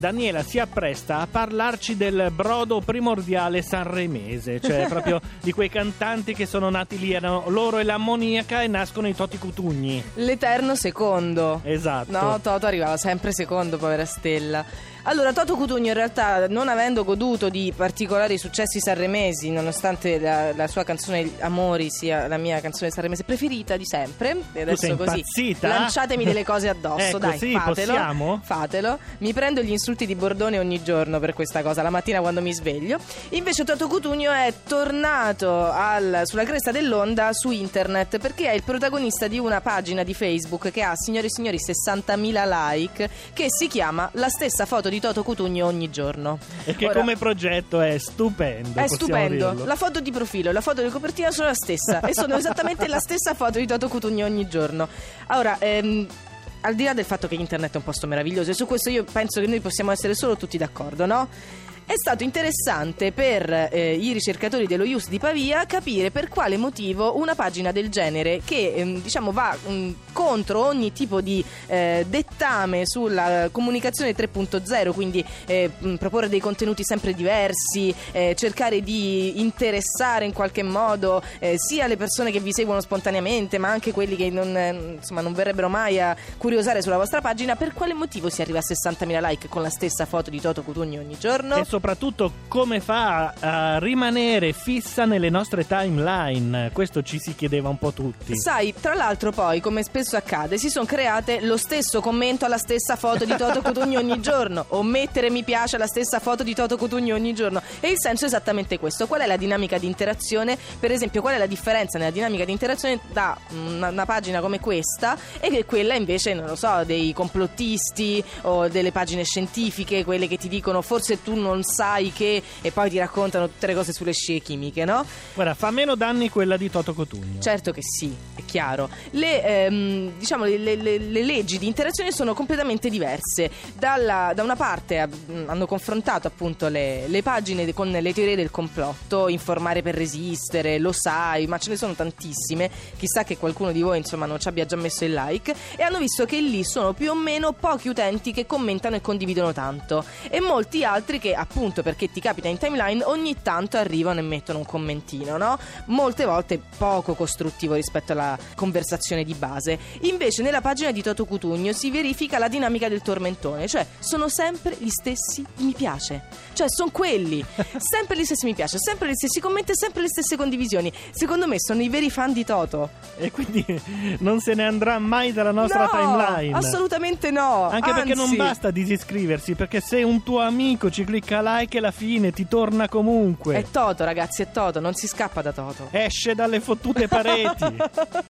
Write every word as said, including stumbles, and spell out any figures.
Daniela si appresta a parlarci del brodo primordiale sanremese, cioè proprio di quei cantanti che sono nati lì, erano loro e l'ammoniaca e nascono i Toti Cutugni. L'eterno secondo. Esatto. No, Toto arrivava sempre secondo, povera stella. Allora, Toto Cutugno in realtà, non avendo goduto di particolari successi sanremesi, nonostante la, la sua canzone Amori sia la mia canzone sanremese preferita di sempre, e adesso tu sei così impazzita? lanciatemi delle cose addosso, ecco, dai, sì, fatelo, possiamo? fatelo. Mi prendo gli insulti di Bordone ogni giorno per questa cosa, la mattina quando mi sveglio. Invece Toto Cutugno è tornato al, sulla cresta dell'onda su internet, perché è il protagonista di una pagina di Facebook che ha, signori e signori, sessantamila like, che si chiama La stessa foto di Toto Cutugno ogni giorno. E che Ora, come progetto è stupendo. è stupendo. Dirlo. La foto di profilo e la foto di copertina sono la stessa e sono esattamente la stessa foto di Toto Cutugno ogni giorno. Ora, ehm, al di là del fatto che internet è un posto meraviglioso, e su questo io penso che noi possiamo essere solo tutti d'accordo, no? È stato interessante per eh, i ricercatori dello I U S di Pavia capire per quale motivo una pagina del genere, che ehm, diciamo va mh, contro ogni tipo di eh, dettame sulla comunicazione tre punto zero, quindi eh, mh, proporre dei contenuti sempre diversi, eh, cercare di interessare in qualche modo eh, sia le persone che vi seguono spontaneamente, ma anche quelli che non, eh, insomma, non verrebbero mai a curiosare sulla vostra pagina, per quale motivo si arriva a sessantamila like con la stessa foto di Toto Cutugno ogni giorno? E soprattutto come fa a rimanere fissa nelle nostre timeline? Questo ci si chiedeva un po' tutti. Sai, tra l'altro poi, come spesso accade, si sono create lo stesso commento alla stessa foto di Toto Cutugno ogni giorno, o mettere mi piace alla stessa foto di Toto Cutugno ogni giorno, e il senso è esattamente questo. Qual è la dinamica di interazione? Per esempio, qual è la differenza nella dinamica di interazione da una, una pagina come questa e che quella invece, non lo so, dei complottisti o delle pagine scientifiche, quelle che ti dicono forse tu non sai che, e poi ti raccontano tutte le cose sulle scie chimiche, no? Guarda, fa meno danni quella di Toto Cutugno. Certo che sì, è chiaro. Le, ehm, diciamo, le, le, le leggi di interazione sono completamente diverse. Dalla, da una parte eh, hanno confrontato appunto le, le pagine con le teorie del complotto, informare per resistere, lo sai, ma ce ne sono tantissime. Chissà che qualcuno di voi insomma non ci abbia già messo il like, e hanno visto che lì sono più o meno pochi utenti che commentano e condividono tanto, e molti altri che, appunto perché ti capita in timeline, ogni tanto arrivano e mettono un commentino, no? Molte volte poco costruttivo rispetto alla conversazione di base. Invece nella pagina di Toto Cutugno si verifica la dinamica del tormentone, cioè sono sempre gli stessi mi piace, cioè sono quelli, sempre gli stessi mi piace, sempre gli stessi commenti, sempre le stesse condivisioni. Secondo me sono i veri fan di Toto, e quindi non se ne andrà mai dalla nostra no, timeline. Assolutamente no. Anche Anzi, perché non basta disiscriversi, perché se un tuo amico ci clicca like, alla fine ti torna comunque. È Toto, ragazzi, è Toto, non si scappa da Toto. Esce dalle fottute pareti.